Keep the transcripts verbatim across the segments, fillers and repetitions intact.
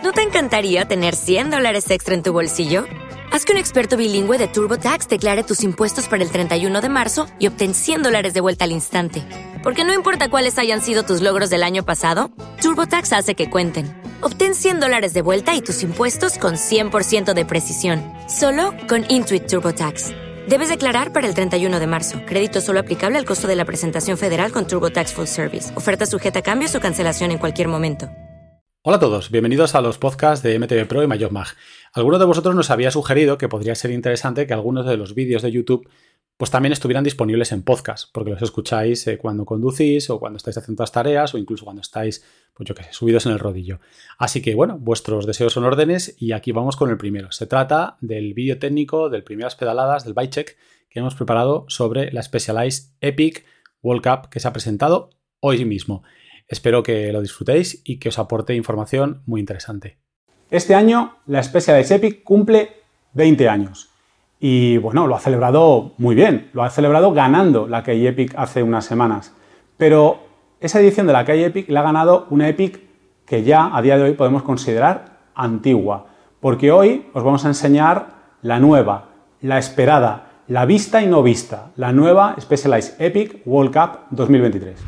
¿No te encantaría tener cien dólares extra en tu bolsillo? Haz que un experto bilingüe de TurboTax declare tus impuestos para el treinta y uno de marzo y obtén cien dólares de vuelta al instante. Porque no importa cuáles hayan sido tus logros del año pasado, TurboTax hace que cuenten. Obtén cien dólares de vuelta y tus impuestos con cien por ciento de precisión. Solo con Intuit TurboTax. Debes declarar para el treinta y uno de marzo. Crédito solo aplicable al costo de la presentación federal con TurboTax Full Service. Oferta sujeta a cambios o cancelación en cualquier momento. Hola a todos, bienvenidos a los podcasts de M T V Pro y MyJobMag. Alguno de vosotros nos había sugerido que podría ser interesante que algunos de los vídeos de YouTube pues también estuvieran disponibles en podcast, porque los escucháis eh, cuando conducís o cuando estáis haciendo las tareas o incluso cuando estáis, pues yo qué sé, subidos en el rodillo. Así que bueno, vuestros deseos son órdenes y aquí vamos con el primero. Se trata del vídeo técnico del primeras pedaladas del Bike Check que hemos preparado sobre la Specialized Epic World Cup que se ha presentado hoy mismo. Espero que lo disfrutéis y que os aporte información muy interesante. Este año la Specialized Epic cumple veinte años y bueno, lo ha celebrado muy bien, lo ha celebrado ganando la Key Epic hace unas semanas, pero esa edición de la Key Epic la ha ganado una Epic que ya a día de hoy podemos considerar antigua, porque hoy os vamos a enseñar la nueva, la esperada, la vista y no vista, la nueva Specialized Epic World Cup dos mil veintitrés.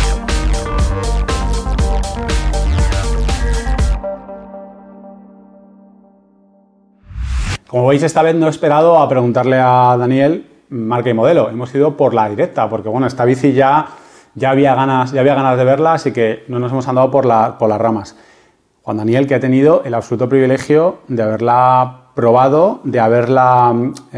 Como veis, esta vez no he esperado a preguntarle a Daniel marca y modelo. Hemos ido por la directa, porque bueno, esta bici ya, ya, había, ganas, ya había ganas de verla, así que no nos hemos andado por, la, por las ramas. Juan Daniel, que ha tenido el absoluto privilegio de haberla probado, de haberla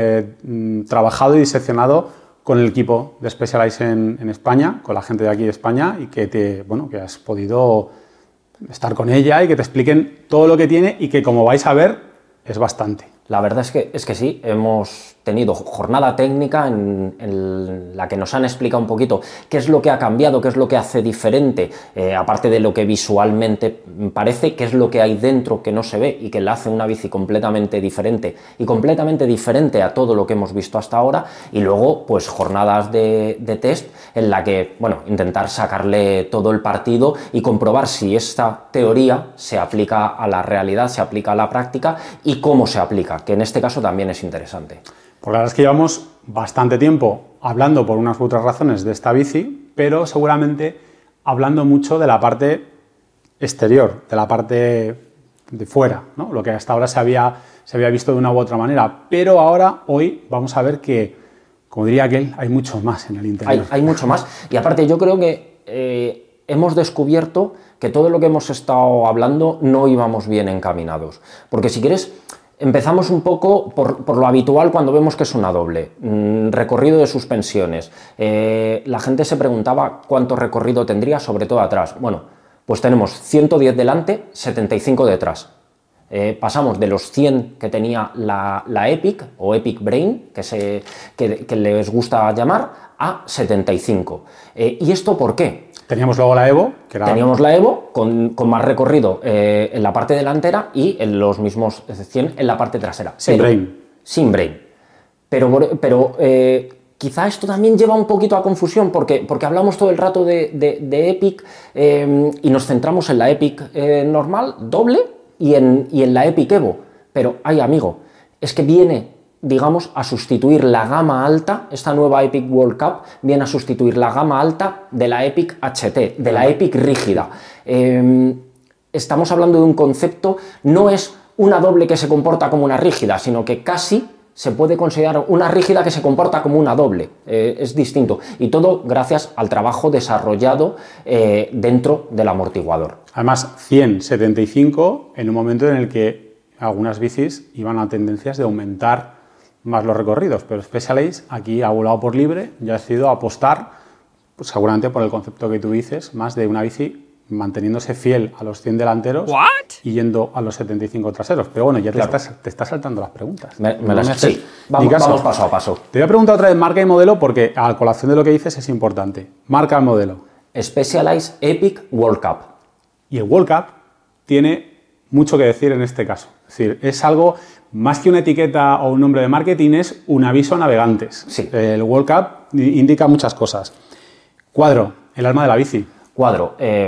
eh, trabajado y diseccionado con el equipo de Specialized en, en España, con la gente de aquí de España, y que, te, bueno, que has podido estar con ella y que te expliquen todo lo que tiene y que, como vais a ver, es bastante. La verdad es que, es que sí, hemos tenido jornada técnica en, en la que nos han explicado un poquito qué es lo que ha cambiado, qué es lo que hace diferente, eh, aparte de lo que visualmente parece, qué es lo que hay dentro que no se ve y que le hace una bici completamente diferente y completamente diferente a todo lo que hemos visto hasta ahora, y luego pues jornadas de, de test en la que, bueno, intentar sacarle todo el partido y comprobar si esta teoría se aplica a la realidad, se aplica a la práctica y cómo se aplica, que en este caso también es interesante. Pues la verdad es que llevamos bastante tiempo hablando por unas u otras razones de esta bici, pero seguramente hablando mucho de la parte exterior, de la parte de fuera, ¿no? Lo que hasta ahora se había, se había visto de una u otra manera. Pero ahora, hoy, vamos a ver que, como diría aquel, hay mucho más en el interior. Hay, hay mucho más. Y aparte, yo creo que eh, hemos descubierto que todo lo que hemos estado hablando no íbamos bien encaminados. Porque si quieres, empezamos un poco por, por lo habitual cuando vemos que es una doble. Mm, recorrido de suspensiones. Eh, la gente se preguntaba cuánto recorrido tendría, sobre todo atrás. Bueno, pues tenemos ciento diez delante, setenta y cinco detrás. Eh, pasamos de los cien que tenía la, la Epic o Epic Brain, que, se, que, que les gusta llamar, a setenta y cinco. Eh, ¿Y esto por qué? Teníamos luego la Evo, que era... Teníamos la Evo con, con más recorrido eh, en la parte delantera y en los mismos cien en la parte trasera. Sin pero, brain. Sin brain. Pero, pero eh, quizá esto también lleva un poquito a confusión porque, porque hablamos todo el rato de, de, de Epic eh, y nos centramos en la Epic eh, normal, doble, y en, y en la Epic Evo. Pero, ay amigo, es que viene, digamos, a sustituir la gama alta, esta nueva Epic World Cup viene a sustituir la gama alta de la Epic H T, de la Epic rígida. Eh, estamos hablando de un concepto, no es una doble que se comporta como una rígida, sino que casi se puede considerar una rígida que se comporta como una doble. Eh, es distinto. Y todo gracias al trabajo desarrollado eh, dentro del amortiguador. Además, ciento setenta y cinco en un momento en el que algunas bicis iban a tendencias de aumentar más los recorridos, pero Specialized aquí ha volado por libre y ha decidido apostar, pues seguramente por el concepto que tú dices, más de una bici manteniéndose fiel a los cien delanteros ¿What? y yendo a los setenta y cinco traseros. Pero bueno, ya te, claro. estás, te estás saltando las preguntas. Me, me no las, me sí, vamos, vamos paso a paso. Te voy a preguntar otra vez marca y modelo porque a colación de lo que dices es importante. Marca y modelo. Specialized Epic World Cup. Y el World Cup tiene mucho que decir en este caso. Es decir, es algo, más que una etiqueta o un nombre de marketing, es un aviso a navegantes. Sí. El World Cup indica muchas cosas. Cuadro, el alma de la bici. Cuadro, eh, bueno,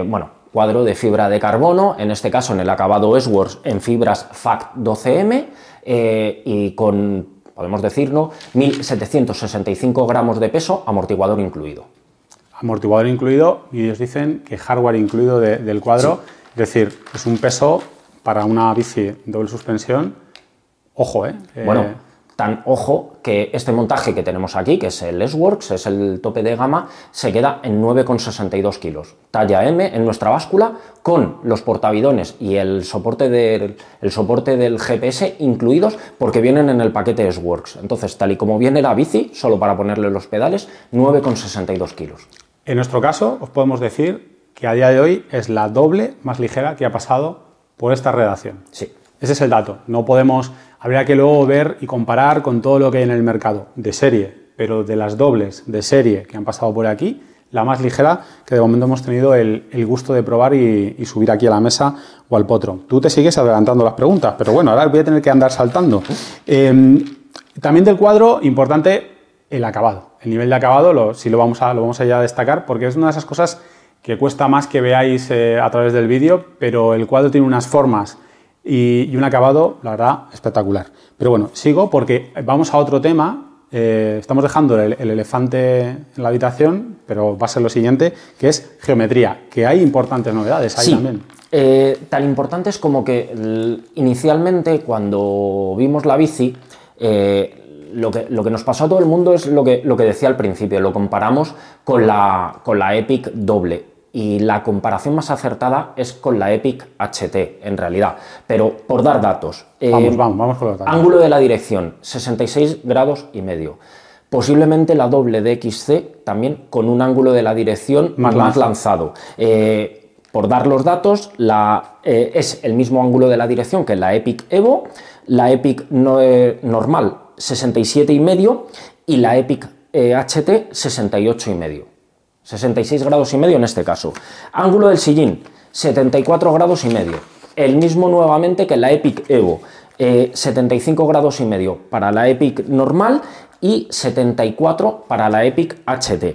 cuadro de fibra de carbono, en este caso en el acabado S-Works en fibras F A C doce M eh, y con, podemos decirlo, mil setecientos sesenta y cinco gramos de peso, amortiguador incluido. Amortiguador incluido, y ellos dicen que hardware incluido de, del cuadro, sí. Es decir, es un peso para una bici doble suspensión, ojo, ¿eh? Bueno, eh... tan ojo que este montaje que tenemos aquí, que es el S-Works, es el tope de gama, se queda en nueve coma sesenta y dos kilos, talla M en nuestra báscula, con los portabidones y el soporte, de, el soporte del G P S incluidos, porque vienen en el paquete S-Works. Entonces, tal y como viene la bici, solo para ponerle los pedales, nueve coma sesenta y dos kilos. En nuestro caso, os podemos decir que a día de hoy es la doble más ligera que ha pasado por esta redacción. Sí. Ese es el dato. No podemos, habría que luego ver y comparar con todo lo que hay en el mercado de serie, pero de las dobles de serie que han pasado por aquí, la más ligera que de momento hemos tenido el, el gusto de probar y, y subir aquí a la mesa o al potro. Tú te sigues adelantando las preguntas, pero bueno, ahora voy a tener que andar saltando. Eh, también del cuadro, importante el acabado. El nivel de acabado, lo, sí lo vamos a, lo vamos a ya destacar, porque es una de esas cosas que cuesta más que veáis eh, a través del vídeo, pero el cuadro tiene unas formas y, y un acabado, la verdad, espectacular. Pero bueno, sigo porque vamos a otro tema. Eh, estamos dejando el, el elefante en la habitación, pero va a ser lo siguiente, que es geometría, que hay importantes novedades ahí sí. también. Eh, tan importantes como que el, inicialmente, cuando vimos la bici, eh, Lo que, lo que nos pasó a todo el mundo es lo que, lo que decía al principio, lo comparamos con la, con la Epic doble y la comparación más acertada es con la Epic H T en realidad, pero por dar datos. Vamos, eh, vamos, vamos con los datos. Ángulo de la dirección, sesenta y seis grados y medio. Posiblemente la doble de X C también con un ángulo de la dirección más, más lanzado. Eh, por dar los datos, la, eh, es el mismo ángulo de la dirección que la Epic Evo, la Epic no, eh, normal sesenta y siete y medio y la Epic eh, H T sesenta y ocho y medio. sesenta y seis grados y medio en este caso. Ángulo del sillín, setenta y cuatro grados y medio. El mismo nuevamente que la Epic Evo, eh, setenta y cinco grados y medio para la Epic normal y setenta y cuatro para la Epic H T.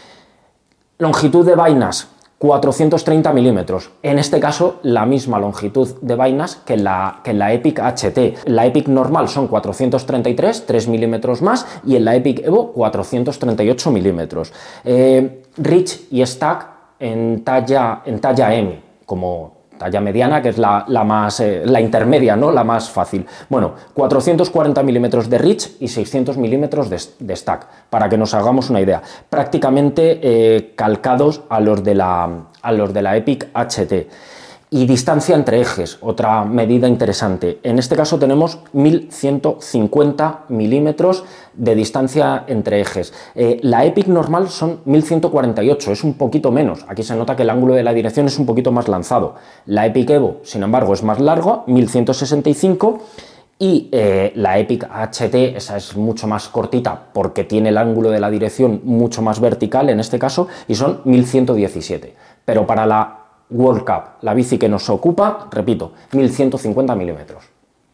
Longitud de vainas, cuatrocientos treinta milímetros. En este caso, la misma longitud de vainas que la, que en la Epic H T. La Epic normal son cuatrocientos treinta y tres, tres milímetros más, y en la Epic Evo cuatrocientos treinta y ocho milímetros. Eh, Reach y Stack en talla, en talla M, como talla mediana, que es la, la más eh, la intermedia, ¿no? La más fácil. Bueno, cuatrocientos cuarenta milímetros de Reach y seiscientos milímetros de, de Stack, para que nos hagamos una idea. Prácticamente eh, calcados a los de la, a los de la Epic H T. Y distancia entre ejes, otra medida interesante. En este caso tenemos mil ciento cincuenta milímetros de distancia entre ejes. Eh, la Epic normal son mil ciento cuarenta y ocho, es un poquito menos. Aquí se nota que el ángulo de la dirección es un poquito más lanzado. La Epic Evo, sin embargo, es más largo, mil ciento sesenta y cinco. Y eh, la Epic H T, esa es mucho más cortita porque tiene el ángulo de la dirección mucho más vertical en este caso, y son mil ciento diecisiete. Pero para la World Cup, la bici que nos ocupa, repito, mil ciento cincuenta milímetros.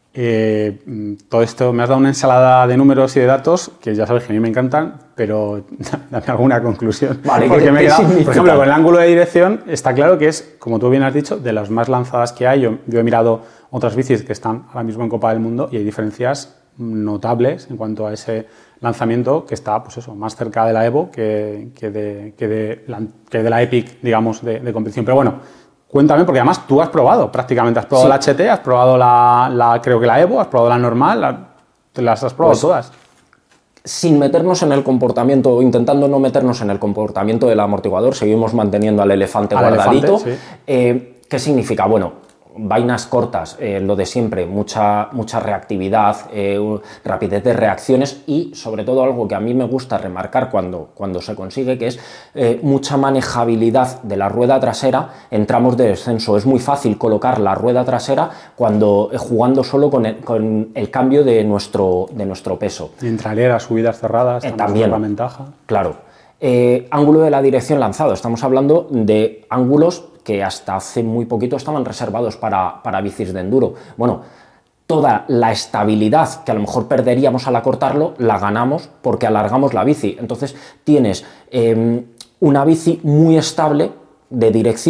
Eh, todo esto, me has dado una ensalada de números y de datos que ya sabes que a mí me encantan, pero dame alguna conclusión. Vale, porque ¿qué, me he qué quedado, significa? por ejemplo, con el ángulo de dirección está claro que es, como tú bien has dicho, de las más lanzadas que hay. Yo, yo he mirado otras bicis que están ahora mismo en Copa del Mundo y hay diferencias notables en cuanto a ese lanzamiento que está, pues eso, más cerca de la Evo que, que, de, que, de, la, que de la Epic, digamos, de, de competición. Pero bueno, cuéntame, porque además tú has probado, prácticamente has probado sí. la H T, has probado la, la, creo que la Evo, has probado la normal, la, las has probado pues, todas. Sin meternos en el comportamiento, intentando no meternos en el comportamiento del amortiguador, seguimos manteniendo al elefante al guardadito. Elefante, sí. eh, ¿Qué significa? Bueno, vainas cortas, eh, lo de siempre, mucha, mucha reactividad, eh, rapidez de reacciones y sobre todo algo que a mí me gusta remarcar cuando, cuando se consigue, que es eh, mucha manejabilidad de la rueda trasera en tramos de descenso. Es muy fácil colocar la rueda trasera cuando eh, jugando solo con el, con el cambio de nuestro, de nuestro peso. Y en traileras, subidas cerradas, eh, también la ventaja. Claro. Eh, ángulo de la dirección lanzado, estamos hablando de ángulos que hasta hace muy poquito estaban reservados para, para bicis de enduro. Bueno, toda la estabilidad que a lo mejor perderíamos al acortarlo, la ganamos porque alargamos la bici. Entonces tienes eh, una bici muy estable de dirección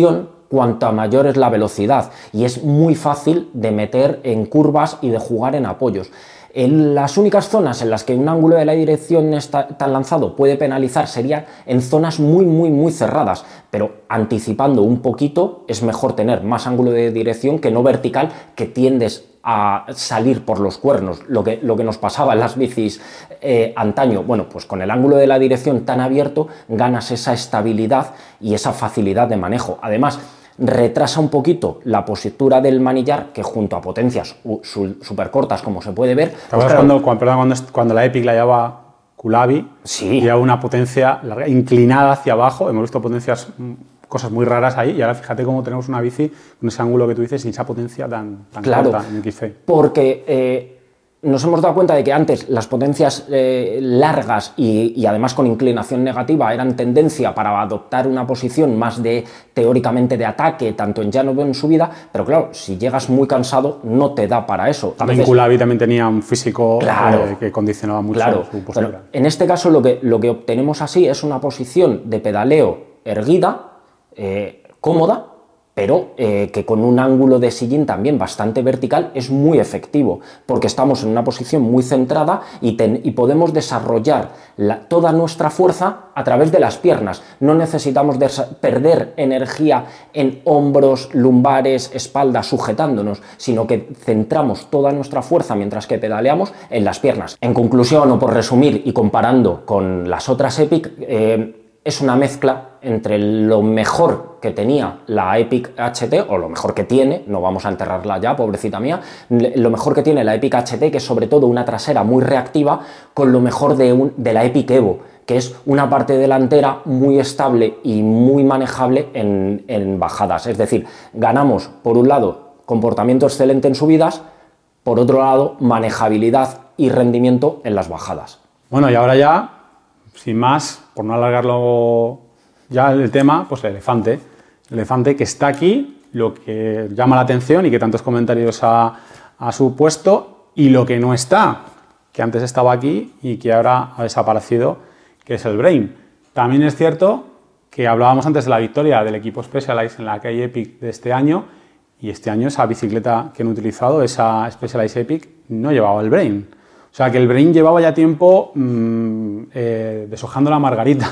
cuanta mayor es la velocidad, y es muy fácil de meter en curvas y de jugar en apoyos. En las únicas zonas en las que un ángulo de la dirección está tan lanzado puede penalizar sería en zonas muy muy muy cerradas, pero anticipando un poquito es mejor tener más ángulo de dirección que no vertical, que tiendes a salir por los cuernos, lo que, lo que nos pasaba en las bicis eh, antaño. Bueno, pues con el ángulo de la dirección tan abierto ganas esa estabilidad y esa facilidad de manejo. Además, retrasa un poquito la postura del manillar, que junto a potencias súper cortas, como se puede ver... ¿Te acuerdas cuando, cuando, cuando, cuando la Epic la llevaba Kulabi? Sí. Llevaba una potencia larga, inclinada hacia abajo. Hemos visto potencias, cosas muy raras ahí, y ahora fíjate cómo tenemos una bici con ese ángulo que tú dices y esa potencia tan, tan claro, corta en X C. Porque... Eh, nos hemos dado cuenta de que antes las potencias eh, largas y, y además con inclinación negativa eran tendencia para adoptar una posición más de, teóricamente, de ataque, tanto en llano como en subida, pero claro, si llegas muy cansado no te da para eso. También Kulabi también tenía un físico claro, eh, que condicionaba mucho claro, su postura. Pero en este caso lo que, lo que obtenemos así es una posición de pedaleo erguida, eh, cómoda, pero eh, que con un ángulo de sillín también bastante vertical es muy efectivo, porque estamos en una posición muy centrada y, ten, y podemos desarrollar la, toda nuestra fuerza a través de las piernas. No necesitamos perder energía en hombros, lumbares, espalda, sujetándonos, sino que centramos toda nuestra fuerza mientras que pedaleamos en las piernas. En conclusión, o por resumir y comparando con las otras Epic, eh, es una mezcla entre lo mejor que tenía la Epic H T, o lo mejor que tiene, no vamos a enterrarla ya, pobrecita mía, lo mejor que tiene la Epic H T, que es sobre todo una trasera muy reactiva, con lo mejor de, un, de la Epic Evo, que es una parte delantera muy estable y muy manejable en, en bajadas. Es decir, ganamos, por un lado, comportamiento excelente en subidas, por otro lado, manejabilidad y rendimiento en las bajadas. Bueno, y ahora ya, sin más, por no alargarlo ya el tema, pues el elefante. El elefante que está aquí, lo que llama la atención y que tantos comentarios ha, ha supuesto, y lo que no está, que antes estaba aquí y que ahora ha desaparecido, que es el Brain. También es cierto que hablábamos antes de la victoria del equipo Specialized en la K Epic de este año, y este año esa bicicleta que han utilizado, esa Specialized Epic, no llevaba el Brain. O sea, que el Brain llevaba ya tiempo mmm, eh, deshojando la margarita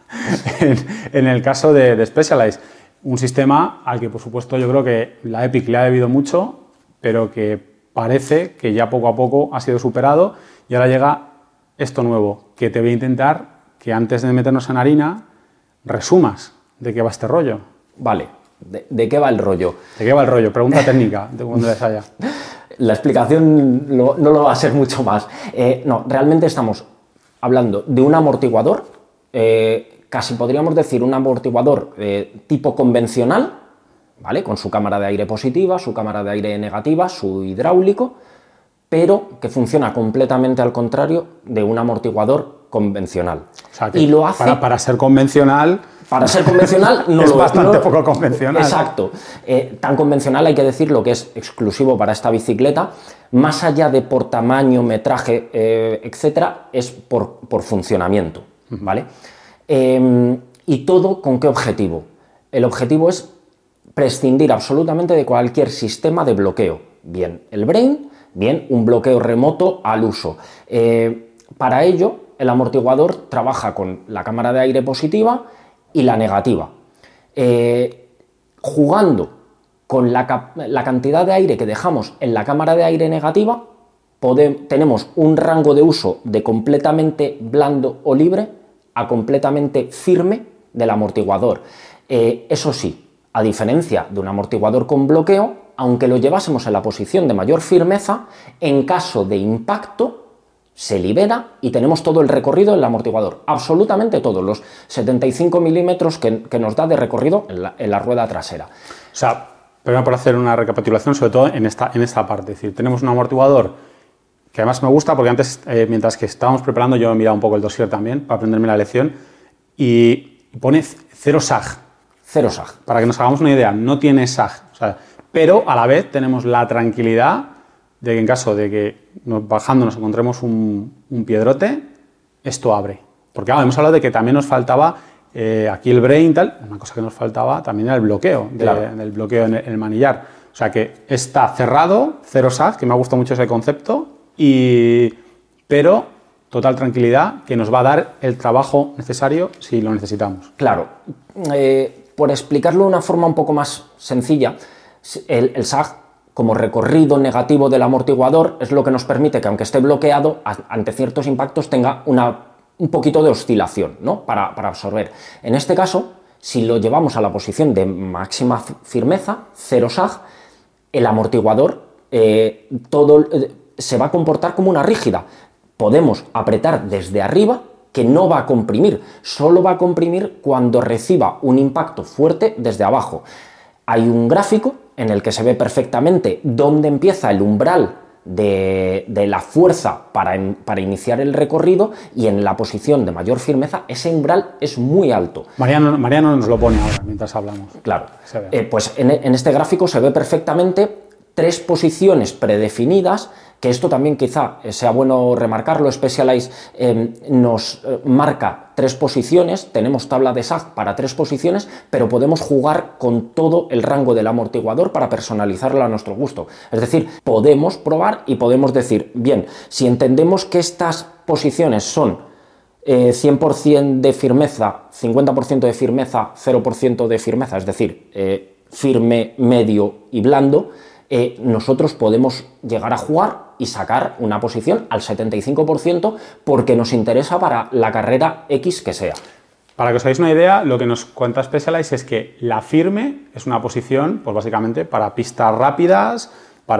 en, en el caso de, de Specialized. Un sistema al que, por supuesto, yo creo que la Epic le ha debido mucho, pero que parece que ya poco a poco ha sido superado, y ahora llega esto nuevo, que te voy a intentar que antes de meternos en harina, resumas de qué va este rollo. Vale, ¿de, de qué va el rollo? ¿De qué va el rollo? Pregunta técnica, de cuando les haya. La explicación lo, no lo va a ser mucho más. Eh, no, realmente estamos hablando de un amortiguador, eh, casi podríamos decir un amortiguador eh, tipo convencional, ¿vale? Con su cámara de aire positiva, su cámara de aire negativa, su hidráulico, pero que funciona completamente al contrario de un amortiguador convencional. O sea, que y lo hace para, para ser convencional... Para ser convencional no es lo bastante no, poco convencional. Exacto. Eh, tan convencional, hay que decirlo, que es exclusivo para esta bicicleta. Más allá de por tamaño, metraje, eh, etcétera, es por, por funcionamiento, ¿vale? Eh, ¿Y todo con qué objetivo? El objetivo es prescindir absolutamente de cualquier sistema de bloqueo. Bien el Brain, bien un bloqueo remoto al uso. Eh, para ello, el amortiguador trabaja con la cámara de aire positiva y la negativa. Eh, jugando con la, la cantidad de aire que dejamos en la cámara de aire negativa, podemos, tenemos un rango de uso de completamente blando o libre a completamente firme del amortiguador. Eh, eso sí, a diferencia de un amortiguador con bloqueo, aunque lo llevásemos en la posición de mayor firmeza, en caso de impacto se libera y tenemos todo el recorrido del amortiguador, absolutamente todos los setenta y cinco milímetros que, que nos da de recorrido en la, en la rueda trasera. O sea, primero por hacer una recapitulación, sobre todo en esta, en esta parte, es decir, tenemos un amortiguador que además me gusta porque antes, eh, mientras que estábamos preparando, yo he mirado un poco el dossier también para aprenderme la lección, y pone cero S A G. Cero S A G. Para que nos hagamos una idea, no tiene S A G, o sea, pero a la vez tenemos la tranquilidad de que en caso de que nos, bajando nos encontremos un, un piedrote, esto abre. Porque claro, hemos hablado de que también nos faltaba eh, aquí el brain, tal, una cosa que nos faltaba también era el bloqueo, de, Claro. del bloqueo en el, en el manillar. O sea que está cerrado, cero sag, que me ha gustado mucho ese concepto, y, pero total tranquilidad, que nos va a dar el trabajo necesario si lo necesitamos. Claro, eh, por explicarlo de una forma un poco más sencilla, el, el sag como recorrido negativo del amortiguador es lo que nos permite que, aunque esté bloqueado, a, ante ciertos impactos tenga una, un poquito de oscilación, ¿no? para, para absorber. En este caso, si lo llevamos a la posición de máxima firmeza, cero sag, el amortiguador eh, todo, eh, se va a comportar como una rígida. Podemos apretar desde arriba, que no va a comprimir, solo va a comprimir cuando reciba un impacto fuerte desde abajo. Hay un gráfico en el que se ve perfectamente dónde empieza el umbral de, de la fuerza para, in, para iniciar el recorrido, y en la posición de mayor firmeza ese umbral es muy alto. Mariano, Mariano nos lo pone ahora mientras hablamos. Claro, eh, pues en, en este gráfico se ve perfectamente tres posiciones predefinidas, que esto también quizá sea bueno remarcarlo. Specialized eh, nos eh, marca tres posiciones, tenemos tabla de sag para tres posiciones, pero podemos jugar con todo el rango del amortiguador para personalizarlo a nuestro gusto. Es decir, podemos probar y podemos decir, bien, si entendemos que estas posiciones son eh, cien por ciento de firmeza, cincuenta por ciento de firmeza, cero por ciento de firmeza, es decir, eh, firme, medio y blando, Eh, nosotros podemos llegar a jugar y sacar una posición al setenta y cinco por ciento porque nos interesa para la carrera X que sea. Para que os hagáis una idea, lo que nos cuenta Specialized es que la firme es una posición, pues básicamente para pistas rápidas,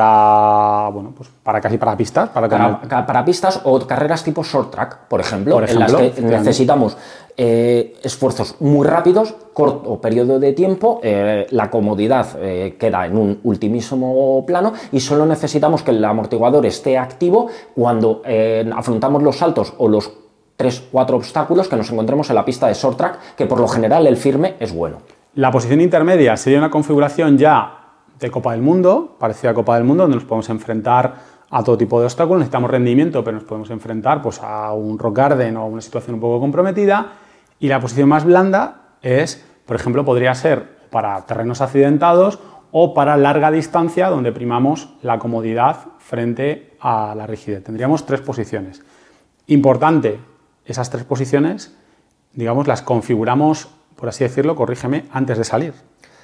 para, bueno, pues para casi para pistas. Para, para, tener... para pistas o carreras tipo short track, por ejemplo, por ejemplo en las que necesitamos eh, esfuerzos muy rápidos, corto periodo de tiempo, eh, la comodidad eh, queda en un ultimísimo plano y solo necesitamos que el amortiguador esté activo cuando eh, afrontamos los saltos o los tres cuatro obstáculos que nos encontremos en la pista de short track, que por lo general el firme es bueno. La posición intermedia sería una configuración ya de Copa del Mundo, parecida a Copa del Mundo, donde nos podemos enfrentar a todo tipo de obstáculos. Necesitamos rendimiento, pero nos podemos enfrentar pues, a un rock garden o a una situación un poco comprometida. Y la posición más blanda es, por ejemplo, podría ser para terrenos accidentados o para larga distancia, donde primamos la comodidad frente a la rigidez. Tendríamos tres posiciones. Importante, esas tres posiciones, digamos, las configuramos, por así decirlo, corrígeme, antes de salir.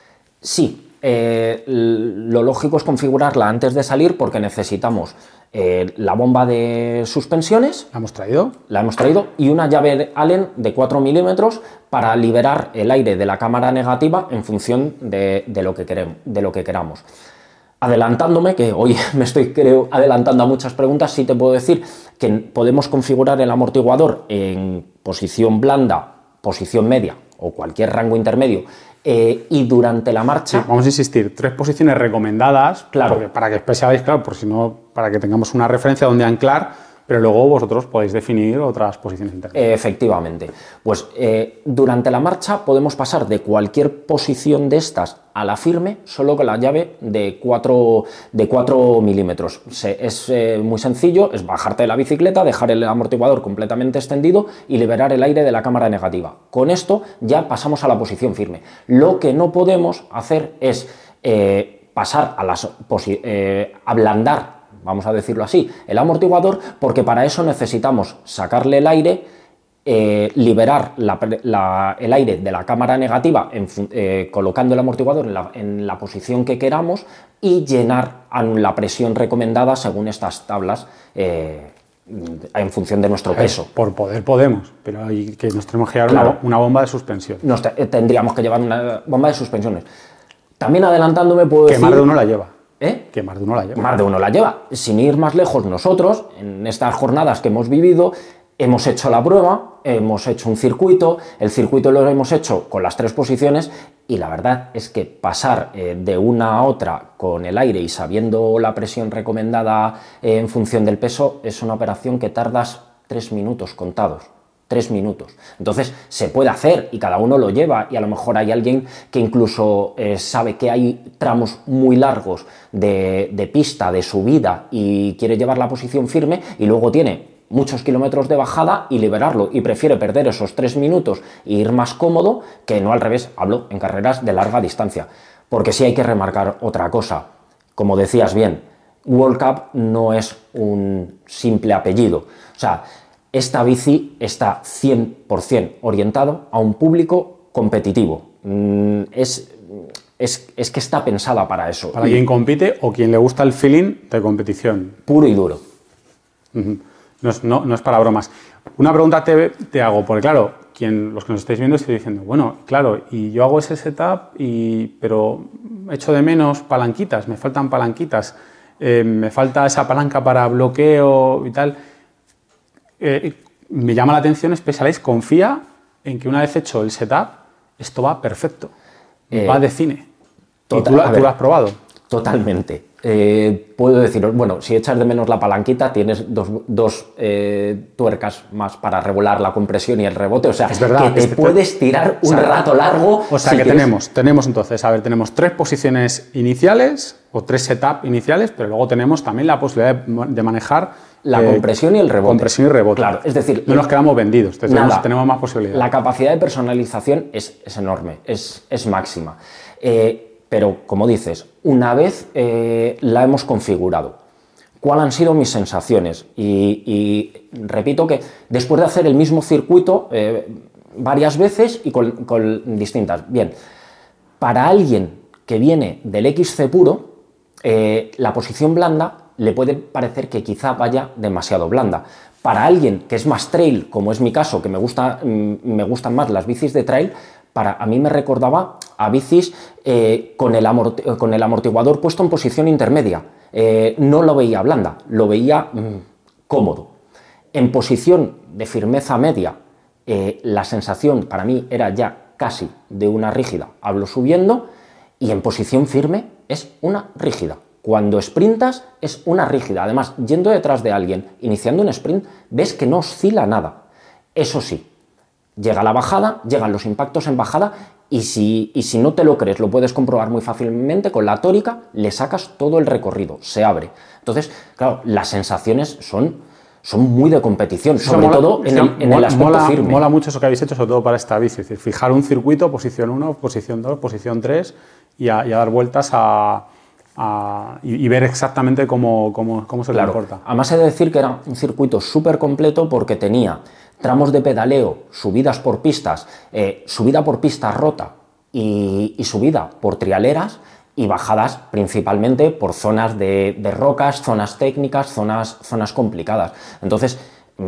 Sí. Eh, lo lógico es configurarla antes de salir porque necesitamos eh, la bomba de suspensiones. ¿La hemos traído? La hemos traído y una llave Allen de cuatro milímetros para liberar el aire de la cámara negativa en función de, de, lo, que queremos, de lo que queramos. Adelantándome, que hoy me estoy creo, adelantando a muchas preguntas, sí te puedo decir que podemos configurar el amortiguador en posición blanda, posición media o cualquier rango intermedio. Eh, y durante la marcha... Sí, vamos a insistir, tres posiciones recomendadas, claro, porque, para que especialéis, claro, por si no, para que tengamos una referencia donde anclar, pero luego vosotros podéis definir otras posiciones intermedias. Eh, efectivamente. Pues eh, durante la marcha podemos pasar de cualquier posición de estas a la firme solo con la llave de cuatro milímetros. Se, es eh, muy sencillo, es bajarte de la bicicleta, dejar el amortiguador completamente extendido y liberar el aire de la cámara negativa. Con esto ya pasamos a la posición firme. Lo que no podemos hacer es eh, pasar a las eh, ablandar, vamos a decirlo así, el amortiguador, porque para eso necesitamos sacarle el aire, eh, liberar la, la, el aire de la cámara negativa en, eh, colocando el amortiguador en la, en la posición que queramos y llenar la presión recomendada según estas tablas eh, en función de nuestro peso. Por poder podemos, pero hay que nos tenemos que llevar claro. una, una bomba de suspensión. Nos te, tendríamos que llevar una bomba de suspensiones. También adelantándome puedo que decir... más de uno la lleva. ¿Eh? Que más de uno la lleva. Más de uno la lleva. Sin ir más lejos, nosotros, en estas jornadas que hemos vivido, hemos hecho la prueba, hemos hecho un circuito, el circuito lo hemos hecho con las tres posiciones y la verdad es que pasar eh, de una a otra con el aire y sabiendo la presión recomendada eh, en función del peso es una operación que tardas tres minutos contados. Tres minutos. Entonces se puede hacer y cada uno lo lleva y a lo mejor hay alguien que incluso eh, sabe que hay tramos muy largos de, de pista, de subida y quiere llevar la posición firme y luego tiene muchos kilómetros de bajada y liberarlo, y prefiere perder esos tres minutos e ir más cómodo que no al revés, hablo en carreras de larga distancia. Porque sí hay que remarcar otra cosa, como decías bien, World Cup no es un simple apellido, o sea, esta bici está cien por cien orientado a un público competitivo, mm, es... Es, es que está pensada para eso. Para y, quien compite o quien le gusta el feeling de competición. Puro y duro. Uh-huh. No, es, no, no es para bromas. Una pregunta te, te hago, porque claro, quien, los que nos estáis viendo estáis diciendo, bueno, claro, y yo hago ese setup, y, pero echo de menos palanquitas, me faltan palanquitas, eh, me falta esa palanca para bloqueo y tal. Eh, me llama la atención, Specialized confía en que una vez hecho el setup, esto va perfecto. Eh, va de cine. Total, ¿Y tú, tú lo has probado? Totalmente. Eh, puedo deciros, bueno, si echas de menos la palanquita, tienes dos, dos eh, tuercas más para regular la compresión y el rebote. O sea, es verdad, que te puedes tirar un o sea, rato largo. O sea, si que quieres... tenemos, tenemos entonces, a ver, tenemos tres posiciones iniciales o tres setups iniciales, pero luego tenemos también la posibilidad de, de manejar la eh, compresión y el rebote. Compresión y rebote. Claro, es decir, no nos quedamos vendidos, nada, tenemos, tenemos más posibilidades. La capacidad de personalización es, es enorme, es, es máxima. Eh, pero, como dices, una vez eh, la hemos configurado, ¿cuáles han sido mis sensaciones? Y, y repito que después de hacer el mismo circuito eh, varias veces y con, con distintas. Bien, para alguien que viene del X C puro, eh, la posición blanda le puede parecer que quizá vaya demasiado blanda. Para alguien que es más trail, como es mi caso, que me, gusta, me gustan más las bicis de trail, para, a mí me recordaba a bicis eh, con, el amorti con el amortiguador puesto en posición intermedia. Eh, no lo veía blanda, lo veía mmm, cómodo. En posición de firmeza media, eh, la sensación para mí era ya casi de una rígida, hablo subiendo, y en posición firme es una rígida. Cuando sprintas es una rígida. Además, yendo detrás de alguien, iniciando un sprint, ves que no oscila nada. Eso sí, llega la bajada, llegan los impactos en bajada, y si, y si no te lo crees, lo puedes comprobar muy fácilmente, con la tórica le sacas todo el recorrido, se abre. Entonces, claro, las sensaciones son, son muy de competición, sobre mola, todo en, el, en mola, el aspecto mola, firme. Mola mucho eso que habéis hecho, sobre todo para esta bici, es decir, fijar un circuito, posición uno, posición dos, posición tres, y a, y a dar vueltas a... A, y, y ver exactamente cómo, cómo, cómo se claro. comporta. Además he de decir que era un circuito súper completo porque tenía tramos de pedaleo, subidas por pistas, eh, subida por pista rota y, y subida por trialeras, y bajadas principalmente por zonas de, de rocas, zonas técnicas, zonas, zonas complicadas. Entonces,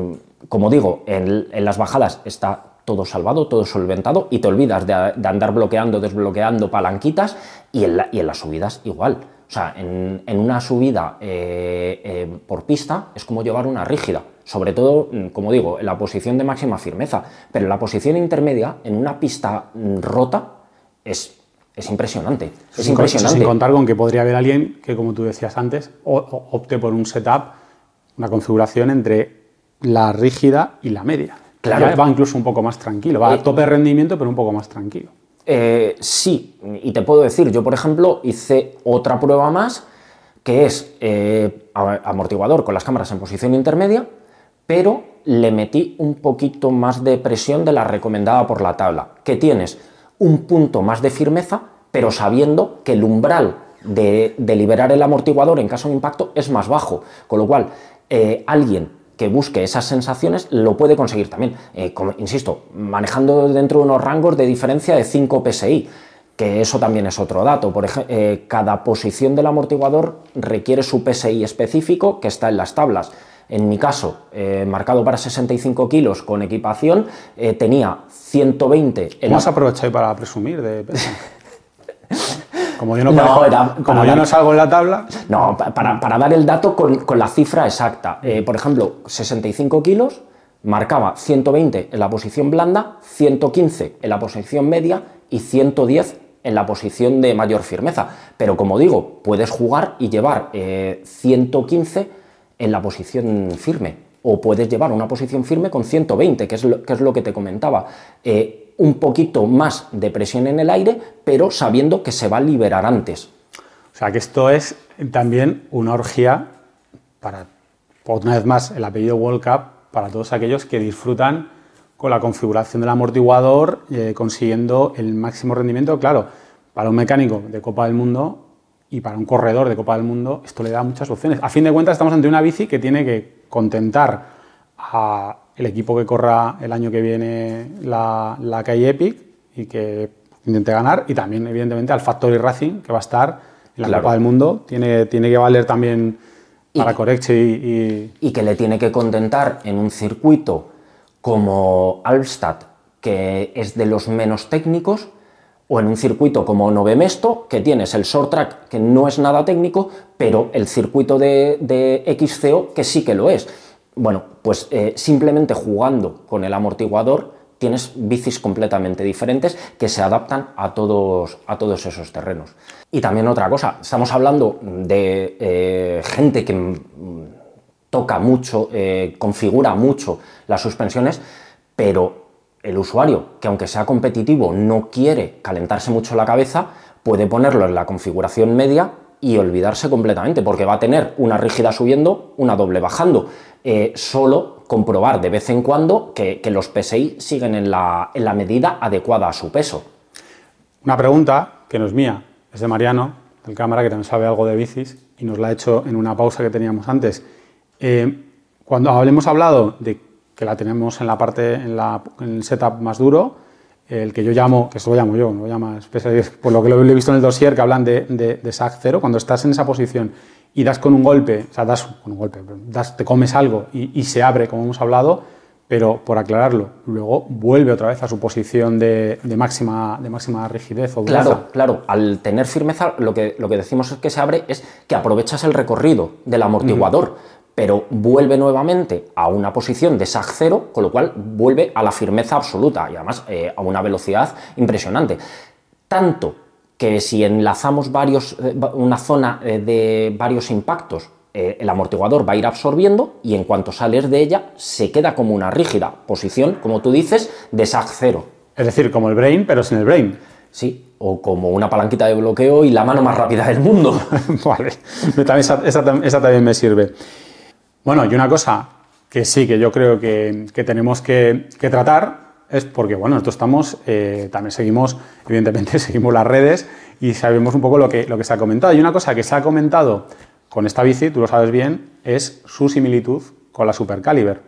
como digo, en, en las bajadas está todo salvado, todo solventado, y te olvidas de, de andar bloqueando, desbloqueando palanquitas, y en, la, y en las subidas igual. O sea, en, en una subida eh, eh, por pista es como llevar una rígida, sobre todo, como digo, en la posición de máxima firmeza, pero en la posición intermedia, en una pista rota, es, es impresionante. Es sin, impresionante. Sin contar con que podría haber alguien que, como tú decías antes, opte por un setup, una configuración entre la rígida y la media. Claro. Ya va incluso un poco más tranquilo, va a tope de rendimiento, pero un poco más tranquilo. Eh, sí, y te puedo decir, yo por ejemplo hice otra prueba más, que es eh, amortiguador con las cámaras en posición intermedia, pero le metí un poquito más de presión de la recomendada por la tabla, que tienes un punto más de firmeza, pero sabiendo que el umbral de, de liberar el amortiguador en caso de impacto es más bajo, con lo cual eh, alguien que busque esas sensaciones lo puede conseguir también, eh, como, insisto, manejando dentro de unos rangos de diferencia de cinco P S I, que eso también es otro dato. Por ejemplo, eh, cada posición del amortiguador requiere su P S I específico que está en las tablas. En mi caso, eh, marcado para sesenta y cinco kilos con equipación, eh, tenía ciento veinte... ¿Cómo has aprovechado para presumir de peso? Como yo no, no, para, era, como yo no salgo en la tabla... No, para, para dar el dato con, con la cifra exacta. Eh, por ejemplo, sesenta y cinco kilos, marcaba ciento veinte en la posición blanda, ciento quince en la posición media y ciento diez en la posición de mayor firmeza. Pero como digo, puedes jugar y llevar eh, ciento quince en la posición firme, o puedes llevar una posición firme con ciento veinte, que es lo que, es lo que te comentaba. Eh, un poquito más de presión en el aire, pero sabiendo que se va a liberar antes. O sea, que esto es también una orgía para una vez más, el apellido World Cup para todos aquellos que disfrutan con la configuración del amortiguador, eh, consiguiendo el máximo rendimiento. Claro, para un mecánico de Copa del Mundo y para un corredor de Copa del Mundo, esto le da muchas opciones. A fin de cuentas, estamos ante una bici que tiene que contentar al equipo que corra el año que viene la, la K I Epic y que intente ganar, y también, evidentemente, al Factory Racing, que va a estar en la claro. Copa del Mundo. Tiene, tiene que valer también para Corexi y, y... y que le tiene que contentar en un circuito como Albstadt, que es de los menos técnicos, o en un circuito como Nove Mesto, que tienes el short track, que no es nada técnico, pero el circuito de, de X C O, que sí que lo es. Bueno, pues eh, simplemente jugando con el amortiguador tienes bicis completamente diferentes que se adaptan a todos, a todos esos terrenos. Y también otra cosa, estamos hablando de eh, gente que mm, toca mucho, eh, configura mucho las suspensiones, pero el usuario, que aunque sea competitivo, no quiere calentarse mucho la cabeza, puede ponerlo en la configuración media y olvidarse completamente, porque va a tener una rígida subiendo, una doble bajando. Eh, solo comprobar de vez en cuando que, que los P S I siguen en la, en la medida adecuada a su peso. Una pregunta que no es mía, es de Mariano, del cámara, que también sabe algo de bicis, y nos la ha hecho en una pausa que teníamos antes. Eh, cuando hemos hablado de que la tenemos en la parte, en, la, en el setup más duro, el que yo llamo, que eso lo llamo yo, no lo llama especialista, por lo que lo he visto en el dossier, que hablan de, de, de S A C cero, cuando estás en esa posición y das con un golpe, o sea, das con un golpe, das, te comes algo y, y se abre, como hemos hablado, pero por aclararlo, luego vuelve otra vez a su posición de, de, máxima, de máxima rigidez o dureza. Claro, claro, al tener firmeza, lo que, lo que decimos es que se abre es que aprovechas el recorrido del amortiguador, mm. pero vuelve nuevamente a una posición de S A C cero, con lo cual vuelve a la firmeza absoluta y además eh, a una velocidad impresionante. Tanto que si enlazamos varios, una zona de varios impactos, eh, el amortiguador va a ir absorbiendo y en cuanto sales de ella se queda como una rígida posición, como tú dices, de S A C cero. Es decir, como el brain, pero sin el brain. Sí, o como una palanquita de bloqueo y la mano más rápida del mundo. Vale, esa, esa, esa también me sirve. Bueno, y una cosa que sí, que yo creo que, que tenemos que, que tratar es porque, bueno, nosotros estamos, eh, también seguimos, evidentemente, seguimos las redes y sabemos un poco lo que, lo que se ha comentado. Y una cosa que se ha comentado con esta bici, tú lo sabes bien, es su similitud con la Super Caliber.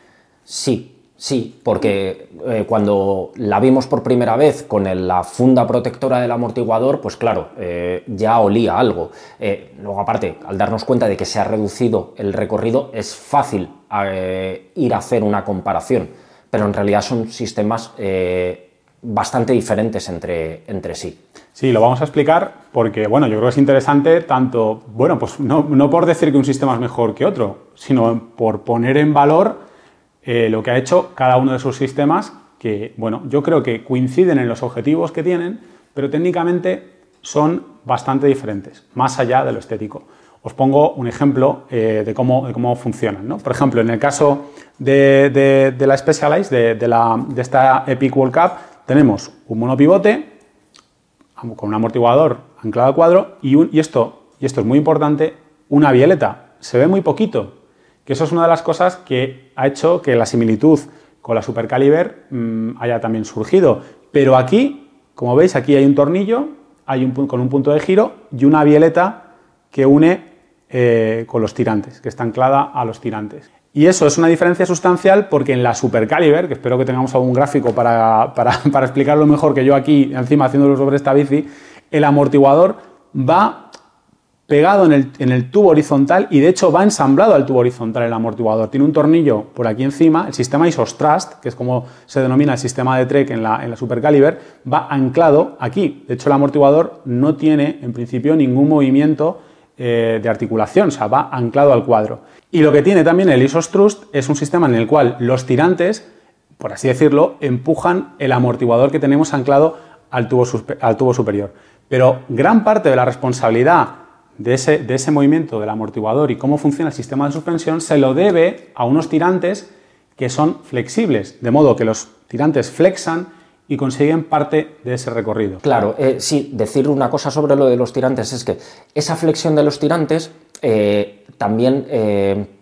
Sí, sí, porque eh, cuando la vimos por primera vez con el, la funda protectora del amortiguador, pues claro, eh, ya olía algo. Eh, luego, aparte, al darnos cuenta de que se ha reducido el recorrido, es fácil eh, ir a hacer una comparación. Pero en realidad son sistemas eh, bastante diferentes entre, entre sí. Sí, lo vamos a explicar porque, bueno, yo creo que es interesante tanto, bueno, pues no, no por decir que un sistema es mejor que otro, sino por poner en valor eh, lo que ha hecho cada uno de sus sistemas, que, bueno, yo creo que coinciden en los objetivos que tienen, pero técnicamente son bastante diferentes, más allá de lo estético. Os pongo un ejemplo eh, de, cómo, de cómo funcionan, ¿no? Por ejemplo, en el caso de, de, de la Specialized, de, de, la, de esta Epic World Cup, tenemos un monopivote con un amortiguador anclado al cuadro y, un, y, esto, y esto es muy importante, una bieleta. Se ve muy poquito, que eso es una de las cosas que ha hecho que la similitud con la Super Caliber mmm, haya también surgido. Pero aquí, como veis, aquí hay un tornillo, hay un, con un punto de giro y una bieleta que une eh, con los tirantes, que está anclada a los tirantes. Y eso es una diferencia sustancial porque en la Super Caliber, que espero que tengamos algún gráfico para, para, para explicarlo mejor que yo aquí, encima haciéndolo sobre esta bici, el amortiguador va pegado en el, en el tubo horizontal y de hecho va ensamblado al tubo horizontal el amortiguador. Tiene un tornillo por aquí encima, el sistema Isostrust, que es como se denomina el sistema de Trek en la, en la Super Caliber, va anclado aquí. De hecho, el amortiguador no tiene en principio ningún movimiento Eh, de articulación, o sea, va anclado al cuadro. Y lo que tiene también el Isostrust es un sistema en el cual los tirantes, por así decirlo, empujan el amortiguador que tenemos anclado al tubo, al tubo superior. Pero gran parte de la responsabilidad de ese, de ese movimiento del amortiguador y cómo funciona el sistema de suspensión se lo debe a unos tirantes que son flexibles, de modo que los tirantes flexan y consiguen parte de ese recorrido. Claro, eh, sí, decir una cosa sobre lo de los tirantes es que esa flexión de los tirantes eh, también eh,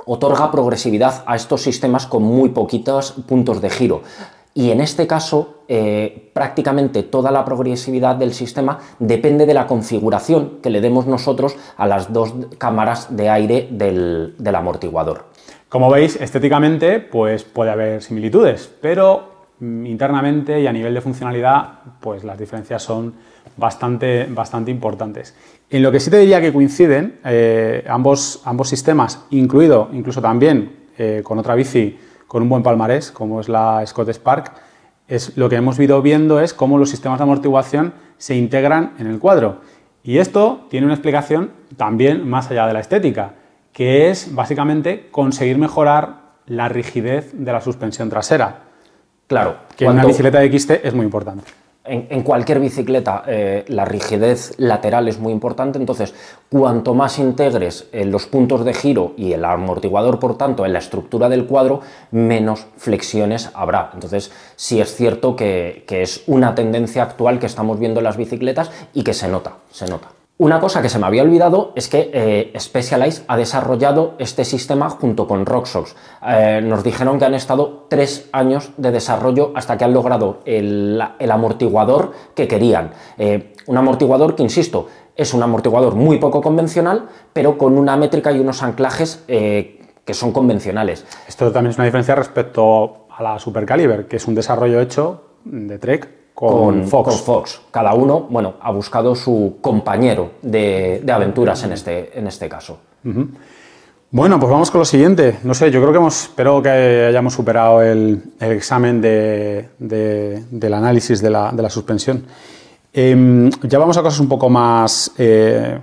otorga progresividad a estos sistemas con muy poquitos puntos de giro. Y en este caso, eh, prácticamente toda la progresividad del sistema depende de la configuración que le demos nosotros a las dos cámaras de aire del, del amortiguador. Como veis, estéticamente pues puede haber similitudes, pero mm, internamente y a nivel de funcionalidad, pues las diferencias son bastante, bastante importantes. En lo que sí te diría que coinciden eh, ambos, ambos sistemas, incluido incluso también eh, con otra bici con un buen palmarés, como es la Scott Spark, es lo que hemos ido viendo es cómo los sistemas de amortiguación se integran en el cuadro. Y esto tiene una explicación también más allá de la estética, que es básicamente conseguir mejorar la rigidez de la suspensión trasera. Claro, que en una bicicleta de X T es muy importante. En, en cualquier bicicleta eh, la rigidez lateral es muy importante, entonces cuanto más integres eh, los puntos de giro y el amortiguador, por tanto, en la estructura del cuadro, menos flexiones habrá. Entonces sí es cierto que, que es una tendencia actual que estamos viendo en las bicicletas y que se nota, se nota. Una cosa que se me había olvidado es que eh, Specialized ha desarrollado este sistema junto con Roxxox. Eh, nos dijeron que han estado tres años de desarrollo hasta que han logrado el, el amortiguador que querían. Eh, un amortiguador que, insisto, es un amortiguador muy poco convencional, pero con una métrica y unos anclajes eh, que son convencionales. Esto también es una diferencia respecto a la Super Caliber, que es un desarrollo hecho de Trek Con, con, Fox. con Fox. Cada uno, bueno, ha buscado su compañero de, de aventuras en este, en este caso. Uh-huh. Bueno, pues vamos con lo siguiente. No sé, yo creo que hemos, espero que hayamos superado el, el examen de, de, del análisis de la, de la suspensión. Eh, ya vamos a cosas un poco más, eh,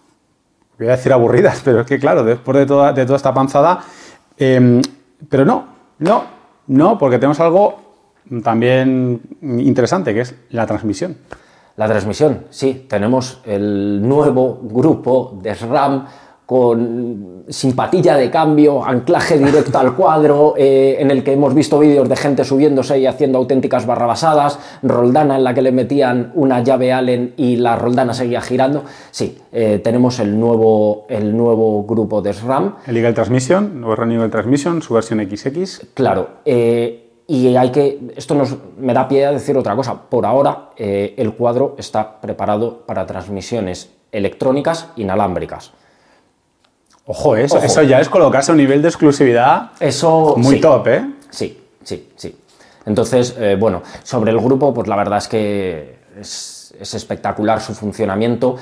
voy a decir aburridas, pero es que claro, después de toda, de toda esta panzada, eh, pero no, no, no, porque tenemos algo también interesante, que es la transmisión. La transmisión, sí, tenemos el nuevo grupo de SRAM con simpatilla de cambio, anclaje directo al cuadro, eh, en el que hemos visto vídeos de gente subiéndose y haciendo auténticas barrabasadas, roldana en la que le metían una llave Allen y la roldana seguía girando. Sí, eh, tenemos el nuevo, el nuevo grupo de SRAM. El Eagle Transmission, nuevo Running Eagle Transmission, su versión equis equis. Claro, eh, y hay que, esto nos, me da pie a decir otra cosa. Por ahora, eh, el cuadro está preparado para transmisiones electrónicas inalámbricas. Ojo, eso, Ojo. eso ya es colocarse a un nivel de exclusividad Eso, muy sí. top, ¿eh? Sí, sí, sí. Entonces, eh, bueno, sobre el grupo, pues la verdad es que es, es espectacular su funcionamiento.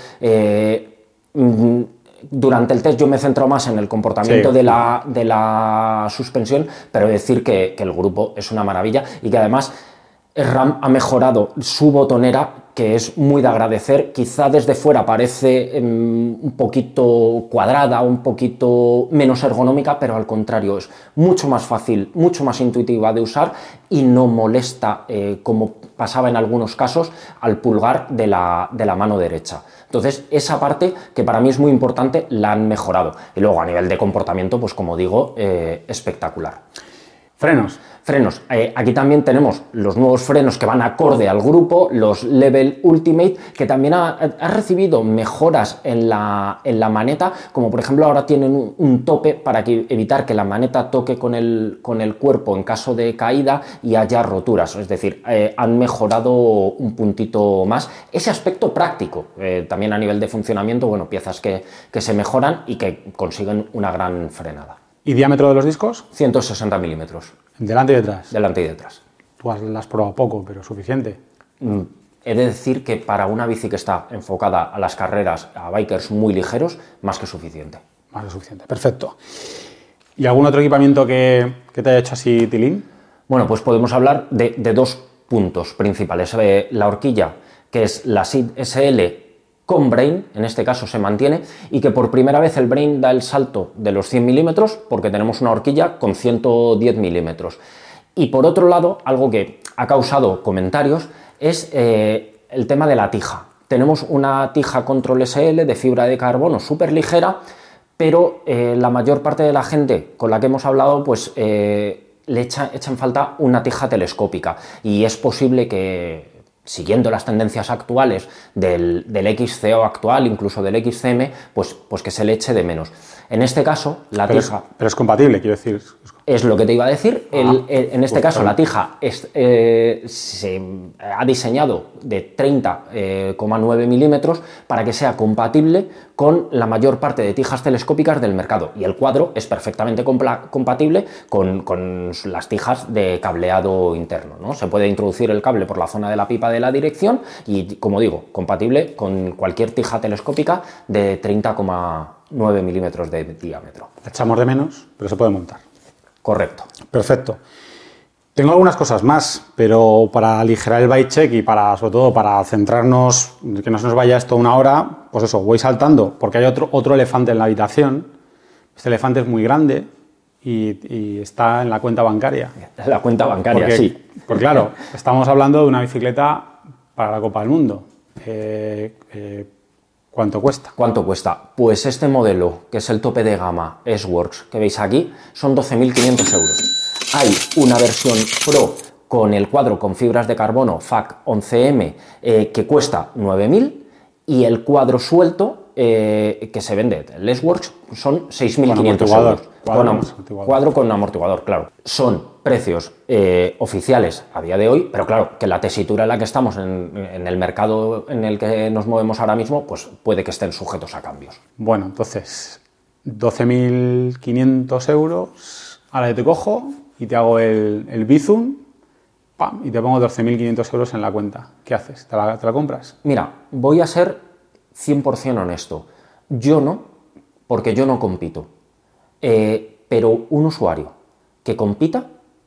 Eh, mm, Durante el test yo me centro más en el comportamiento Sí. de, la, de la suspensión, pero decir que, que el grupo es una maravilla y que además SRAM ha mejorado su botonera, que es muy de agradecer. Quizá desde fuera parece eh, un poquito cuadrada, un poquito menos ergonómica, pero al contrario es mucho más fácil, mucho más intuitiva de usar y no molesta, eh, como pasaba en algunos casos, al pulgar de la, de la mano derecha. Entonces, esa parte, que para mí es muy importante, la han mejorado. Y luego, a nivel de comportamiento, pues como digo, eh, espectacular. Frenos. Frenos. Eh, aquí también tenemos los nuevos frenos que van acorde al grupo, los Level Ultimate, que también ha, ha recibido mejoras en la, en la maneta, como por ejemplo ahora tienen un, un tope para que, evitar que la maneta toque con el, con el cuerpo en caso de caída y haya roturas. Es decir, eh, han mejorado un puntito más. Ese aspecto práctico, eh, también a nivel de funcionamiento, bueno, piezas que, que se mejoran y que consiguen una gran frenada. ¿Y diámetro de los discos? ciento sesenta milímetros. Delante y detrás. Delante y detrás. Tú has, las has probado poco, pero suficiente. Mm, He de decir que para una bici que está enfocada a las carreras, a bikers muy ligeros, más que suficiente. Más que suficiente, perfecto. ¿Y algún otro equipamiento que, que te haya hecho así tilín? Bueno, pues podemos hablar de, de dos puntos principales. Eh, la horquilla, que es la S I D S L con Brain, en este caso se mantiene, y que por primera vez el Brain da el salto de los cien milímetros, porque tenemos una horquilla con ciento diez milímetros. Y por otro lado, algo que ha causado comentarios es eh, el tema de la tija. Tenemos una tija Control S L de fibra de carbono súper ligera, pero eh, la mayor parte de la gente con la que hemos hablado, pues eh, le echa, echa en falta una tija telescópica, y es posible que siguiendo las tendencias actuales del, del X C O actual, incluso del X C M, pues, pues que se le eche de menos. En este caso, la pero tija... Es, pero es compatible, quiero decir. Es lo que te iba a decir. El, Ah, el, en este pues, caso, claro. la tija es, eh, se ha diseñado de treinta coma nueve milímetros para que sea compatible con la mayor parte de tijas telescópicas del mercado. Y el cuadro es perfectamente compatible con, con las tijas de cableado interno, ¿no? Se puede introducir el cable por la zona de la pipa de la dirección y, como digo, compatible con cualquier tija telescópica de treinta coma nueve milímetros de diámetro. La echamos de menos, pero se puede montar. Correcto. Perfecto. Tengo algunas cosas más, pero para aligerar el byte check y para, sobre todo, para centrarnos, que no se nos vaya esto una hora, pues eso, voy saltando, porque hay otro, otro elefante en la habitación. Este elefante es muy grande y, y está en la cuenta bancaria. La cuenta bancaria, Porque, sí. Pues claro, estamos hablando de una bicicleta para la Copa del Mundo. Eh, eh, ¿Cuánto cuesta? ¿Cuánto cuesta? Pues este modelo, que es el tope de gama S-Works, que veis aquí, son doce mil quinientos euros. Hay una versión Pro con el cuadro con fibras de carbono F A C once M eh, que cuesta nueve mil y el cuadro suelto eh, que se vende, el S-Works, son seis mil quinientos euros. Cuadro, con am amortiguador. cuadro con amortiguador, claro. Son precios eh, oficiales a día de hoy, pero claro, que la tesitura en la que estamos en, en el mercado en el que nos movemos ahora mismo, pues puede que estén sujetos a cambios. Bueno, entonces, doce mil quinientos euros, ahora yo te cojo y te hago el, el Bizum, pam, y te pongo doce mil quinientos euros en la cuenta. ¿Qué haces? ¿Te la, te la compras? Mira, voy a ser cien por cien honesto. Yo no, porque yo no compito. Eh, pero un usuario que compita,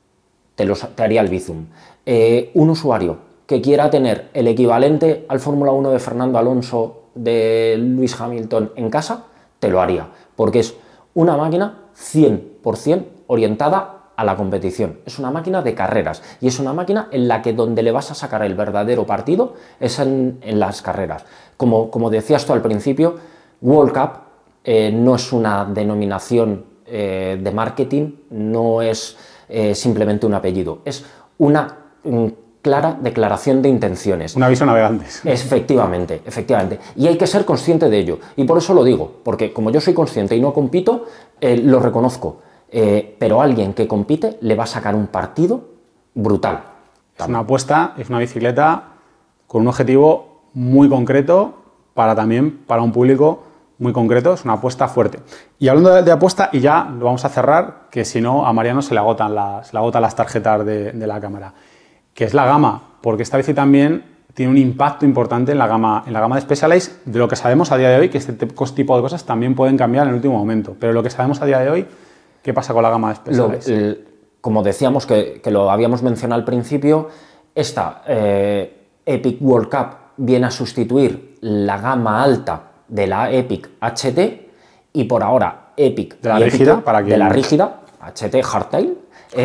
te, los, te haría el Bizum. Eh, un usuario que quiera tener el equivalente al Fórmula uno de Fernando Alonso, de Lewis Hamilton en casa, te lo haría. Porque es una máquina cien por cien orientada a la competición. Es una máquina de carreras y es una máquina en la que donde le vas a sacar el verdadero partido es en, en las carreras. Como, como decías tú al principio, World Cup eh, no es una denominación eh, de marketing, no es eh, simplemente un apellido, es una mm, clara declaración de intenciones. Un aviso a navegantes. Efectivamente, efectivamente. Y hay que ser consciente de ello. Y por eso lo digo, porque como yo soy consciente y no compito, eh, lo reconozco. Eh, pero alguien que compite le va a sacar un partido brutal. Es una apuesta, es una bicicleta con un objetivo muy concreto para también para un público muy concreto, es una apuesta fuerte. Y hablando de, de apuesta, y ya lo vamos a cerrar, que si no a Mariano se le agotan las, se le agotan las tarjetas de, de la cámara, que es la gama, porque esta bici también tiene un impacto importante en la gama, en la gama de Specialized, de lo que sabemos a día de hoy, que este tipo de cosas también pueden cambiar en el último momento, pero lo que sabemos a día de hoy, ¿qué pasa con la gama de Specialized? Lo, el, como decíamos, que, que lo habíamos mencionado al principio, esta eh, Epic World Cup viene a sustituir la gama alta de la Epic H T y por ahora Epic de la y rígida, Epic, para que de la rígida H T Hardtail,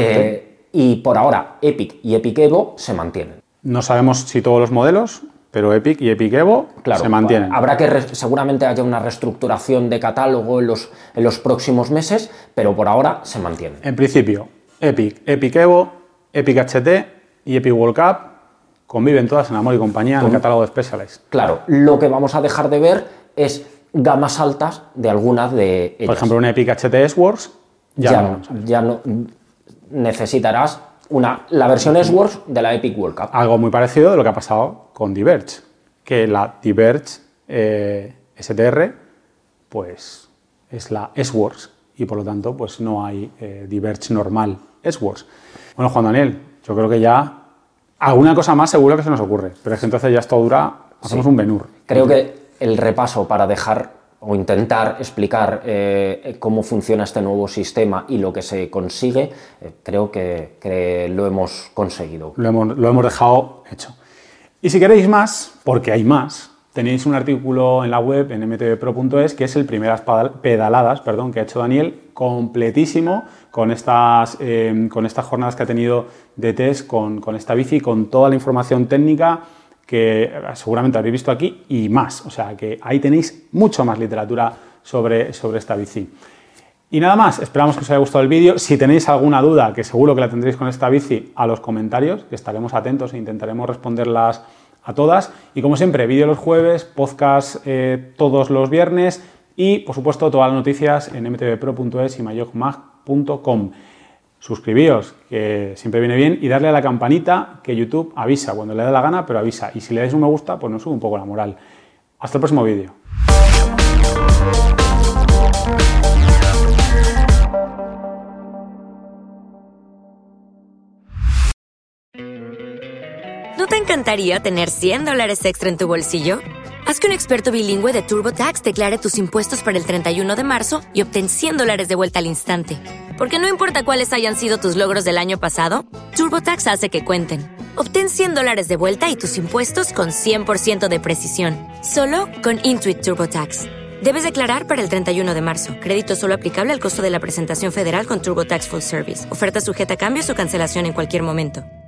eh, y por ahora Epic y Epic Evo se mantienen. No sabemos si todos los modelos, pero Epic y Epic Evo claro, se mantienen. Habrá que, seguramente haya una reestructuración de catálogo en los, en los próximos meses, pero por ahora se mantienen. En principio, Epic, Epic Evo, Epic H T y Epic World Cup conviven todas en amor y compañía en el catálogo de Specialized. Claro, lo que vamos a dejar de ver es gamas altas de algunas de ellas. Por ejemplo, una Epic H T S-Works ya, ya, no, no, ya no necesitarás una, la versión S-Works de la Epic World Cup. Algo muy parecido de lo que ha pasado con Diverge, que la Diverge eh, S T R pues es la S-Works y por lo tanto pues no hay eh, Diverge normal S-Works. Bueno, Juan Daniel, yo creo que ya alguna cosa más seguro que se nos ocurre, pero es que entonces ya esto dura, hacemos sí. un Benur. Creo que el repaso para dejar o intentar explicar eh, cómo funciona este nuevo sistema y lo que se consigue, eh, creo que, que lo hemos conseguido. Lo hemos, lo hemos dejado hecho. Y si queréis más, porque hay más, tenéis un artículo en la web en m t v pro punto es que es el primeras pedaladas perdón, que ha hecho Daniel, completísimo, con estas, eh, con estas jornadas que ha tenido de test con, con esta bici, con toda la información técnica que seguramente habréis visto aquí y más. O sea que ahí tenéis mucho más literatura sobre, sobre esta bici. Y nada más, esperamos que os haya gustado el vídeo. Si tenéis alguna duda, que seguro que la tendréis con esta bici, a los comentarios, que estaremos atentos e intentaremos responderlas a todas. Y como siempre, vídeo los jueves, podcast eh, todos los viernes y, por supuesto, todas las noticias en m t v pro punto es y mayogmag punto com. Suscribíos, que siempre viene bien, y darle a la campanita, que YouTube avisa cuando le da la gana, pero avisa. Y si le dais un me gusta, pues nos sube un poco la moral. Hasta el próximo vídeo. ¿No te encantaría tener cien dólares extra en tu bolsillo? Haz que un experto bilingüe de TurboTax declare tus impuestos para el treinta y uno de marzo y obtén cien dólares de vuelta al instante. Porque no importa cuáles hayan sido tus logros del año pasado, TurboTax hace que cuenten. Obtén cien dólares de vuelta y tus impuestos con cien por ciento de precisión. Solo con Intuit TurboTax. Debes declarar para el treinta y uno de marzo. Crédito solo aplicable al costo de la presentación federal con TurboTax Full Service. Oferta sujeta a cambios o cancelación en cualquier momento.